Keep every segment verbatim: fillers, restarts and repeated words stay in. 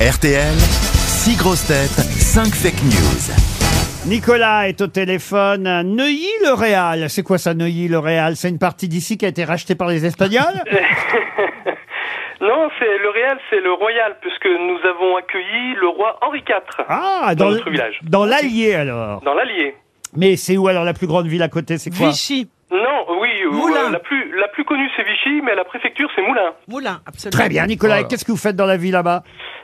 R T L, six grosses têtes, cinq fake news. Nicolas est au téléphone à Neuilly-le-Réal. C'est quoi ça, Neuilly-le-Réal? C'est une partie d'ici qui a été rachetée par les Espagnols? Non, c'est le Réal, c'est le Royal, puisque nous avons accueilli le roi Henri quatre Ah, dans, dans notre le- village. Dans l'Allier, alors. Dans l'Allier. Mais c'est où, alors, la plus grande ville à côté? C'est quoi? Vichy. Non, oui, euh, Moulins. la plus la plus connue c'est Vichy, mais la préfecture c'est Moulins. Moulin, absolument. Très bien, Nicolas. Voilà. Et qu'est-ce que vous faites dans la vie là-bas?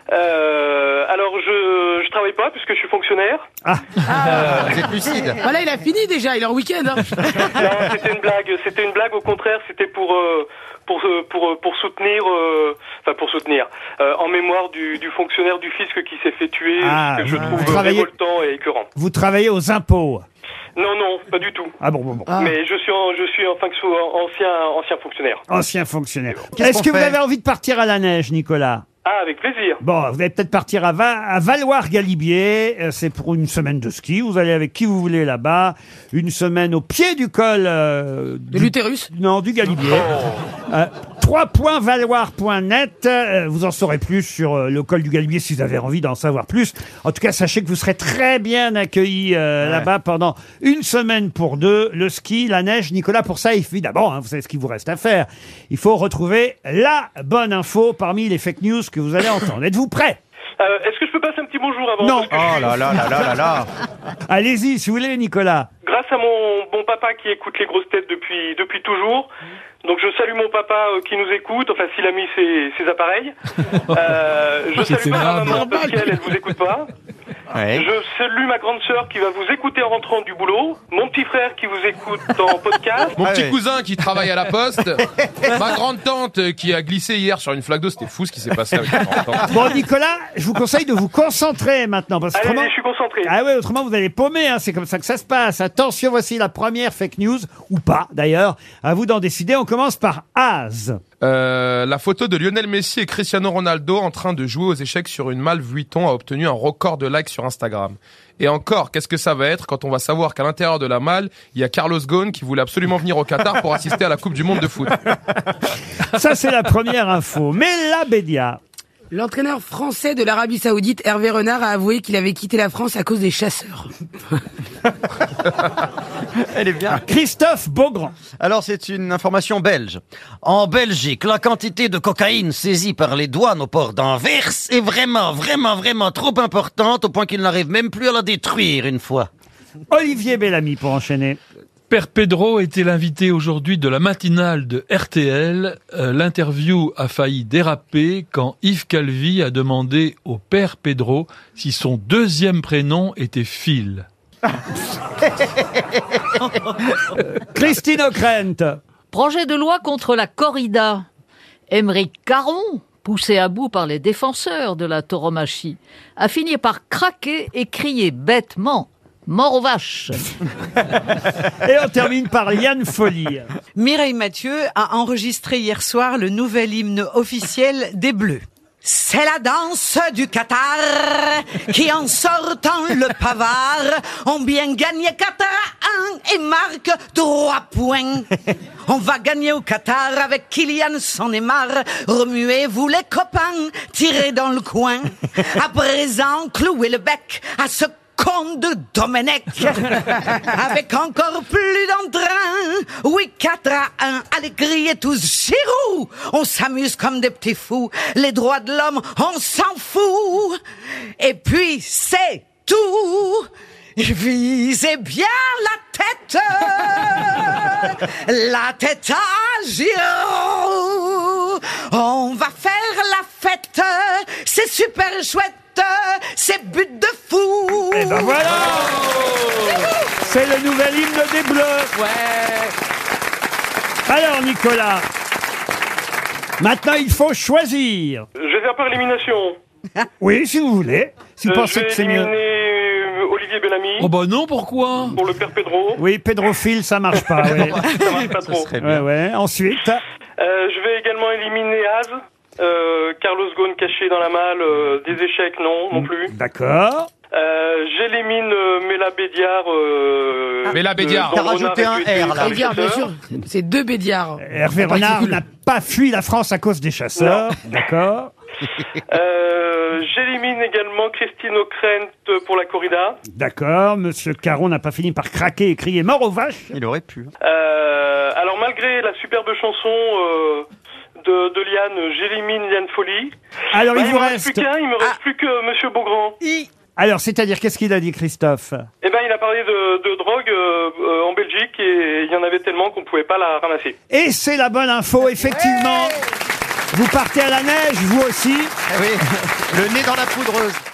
Euh, alors je je travaille pas puisque je suis fonctionnaire. Ah, Vous êtes lucide. Voilà, il a fini déjà, il est en week-end. Hein. Non, c'était une blague. C'était une blague. Au contraire, c'était pour euh, pour euh, pour euh, pour soutenir, euh, enfin pour soutenir, euh, en mémoire du, du fonctionnaire du fisc qui s'est fait tuer, Ah, que je vous trouve travaillez- révoltant et écœurant. vous travaillez aux impôts. Non, non, pas du tout. Ah bon, bon, bon. Ah. Mais je suis en, je suis en fonction- ancien ancien fonctionnaire. Ancien fonctionnaire. Qu'est-ce Est-ce qu'on que vous fait avez envie de partir à la neige, Nicolas? Ah, avec plaisir. Bon, vous allez peut-être partir à, Va- à Valoir-Galibier. Euh, C'est pour une semaine de ski. Vous allez avec qui vous voulez là-bas. Une semaine au pied du col... euh, De du- l'utérus. Non, du Galibier. Euh, trois points valoir point net. Euh, vous en saurez plus sur euh, le col du Galibier si vous avez envie d'en savoir plus. En tout cas, sachez que vous serez très bien accueillis euh, Ouais. là-bas pendant une semaine pour deux. Le ski, la neige. Nicolas, pour ça, évidemment, hein, vous savez ce qu'il vous reste à faire. Il faut retrouver la bonne info parmi les fake news que vous allez entendre. Êtes-vous prêts? Euh, Est-ce que je peux passer un petit bonjour avant? Non. Parce que Oh là là là là là là. Allez-y, si vous voulez, Nicolas. grâce à mon bon papa qui écoute les grosses têtes depuis depuis toujours. Donc je salue mon papa euh, qui nous écoute, enfin s'il a mis ses, ses appareils. Euh, je salue pas ma maman parce qu'elle elle vous écoute pas. Ouais. Je salue ma grande sœur qui va vous écouter en rentrant du boulot. Mon petit frère qui vous écoute en podcast. Ah Mon petit ouais. cousin qui travaille à la poste, ma grande tante euh, qui a glissé hier sur une flaque d'eau, c'était fou ce qui s'est passé avec ma grande tante. Bon, Nicolas, je vous conseille de vous concentrer maintenant. Parce que Allez, autrement- je suis concentré. Ah ouais, autrement vous allez paumer, hein, c'est comme ça que ça se passe. Attention, voici la première fake news, ou pas d'ailleurs. À vous d'en décider, on commence par Az. Euh, la photo de Lionel Messi et Cristiano Ronaldo en train de jouer aux échecs sur une malle Vuitton a obtenu un record de likes sur Instagram. Et encore, qu'est-ce que ça va être quand on va savoir qu'à l'intérieur de la malle, il y a Carlos Ghosn qui voulait absolument venir au Qatar pour assister à la Coupe du Monde de foot. Ça, c'est la première info. Mais la Bédia. L'entraîneur français de l'Arabie Saoudite, Hervé Renard, a avoué qu'il avait quitté la France à cause des chasseurs. Elle est bien. Christophe Beaugrand. Alors, c'est une information belge. En Belgique, la quantité de cocaïne saisie par les douanes au port d'Anvers est vraiment, vraiment, vraiment trop importante au point qu'ils n'arrivent même plus à la détruire une fois. Olivier Bellamy pour enchaîner. Père Pedro était l'invité aujourd'hui de la matinale de R T L. Euh, L'interview a failli déraper quand Yves Calvi a demandé au Père Pedro si son deuxième prénom était Phil. Christine O'Krent. Projet de loi contre la corrida. Émeric Caron, poussé à bout par les défenseurs de la tauromachie, a fini par craquer et crier bêtement « Mort aux vaches !» Et on termine par Liane Folly. Mireille Mathieu a enregistré hier soir le nouvel hymne officiel des Bleus. C'est la danse du Qatar qui, en sortant le pavard, ont bien gagné quatre à un et marquent trois points. On va gagner au Qatar avec Kylian s'en est marre. Remuez-vous les copains, tirez dans le coin. À présent, clouez le bec à ce con de Domenech. Avec encore plus d'entrain. Oui, quatre à un. Allez, criez tous Giroud. On s'amuse comme des petits fous. Les droits de l'homme, on s'en fout. Et puis, c'est tout. Visez bien la tête. La tête à Giroud. On va faire la fête. C'est super chouette. C'est but de fou. Et ben voilà. C'est le nouvel hymne des Bleus. Ouais. Alors, Nicolas, maintenant, il faut choisir. Je vais faire par élimination. Oui, si vous voulez. Si vous Euh, pensez je que vais c'est mieux. éliminer euh, Olivier Bellamy Oh bah non, pourquoi? pour le Père Pedro. Oui, pédophile, ça marche pas. Oui. Ça marche pas trop. Ouais, ouais. Ensuite, Euh, je vais également éliminer Az. Euh, Carlos Ghosn caché dans la malle, euh, des échecs, non, non plus. d'accord. Euh, j'élimine euh, Mela Bédiard. Euh, Mela Bédiard. de- T'as dont rajouté Renard un était R, là. par les Bédiard, bien chasseurs. sûr. C'est deux Bédiards. Hervé En Renard particule. n'a pas fui la France à cause des chasseurs. D'accord. Euh, Euh, J'élimine également Christine O'Krent pour la corrida. D'accord, Monsieur Caron n'a pas fini par craquer et crier mort aux vaches. Il aurait pu. Euh, alors malgré la superbe chanson euh, de, de Liane, j'élimine Liane Folly. Alors Bah, il il vous me reste reste... plus qu'un, il me reste plus que Monsieur Beaugrand. Alors, c'est-à-dire, qu'est-ce qu'il a dit, Christophe? Eh ben, il a parlé de, de drogue euh, euh, en Belgique et il y en avait tellement qu'on pouvait pas la ramasser. Et c'est la bonne info, effectivement. Vous partez à la neige, vous aussi. Eh oui, le nez dans la poudreuse.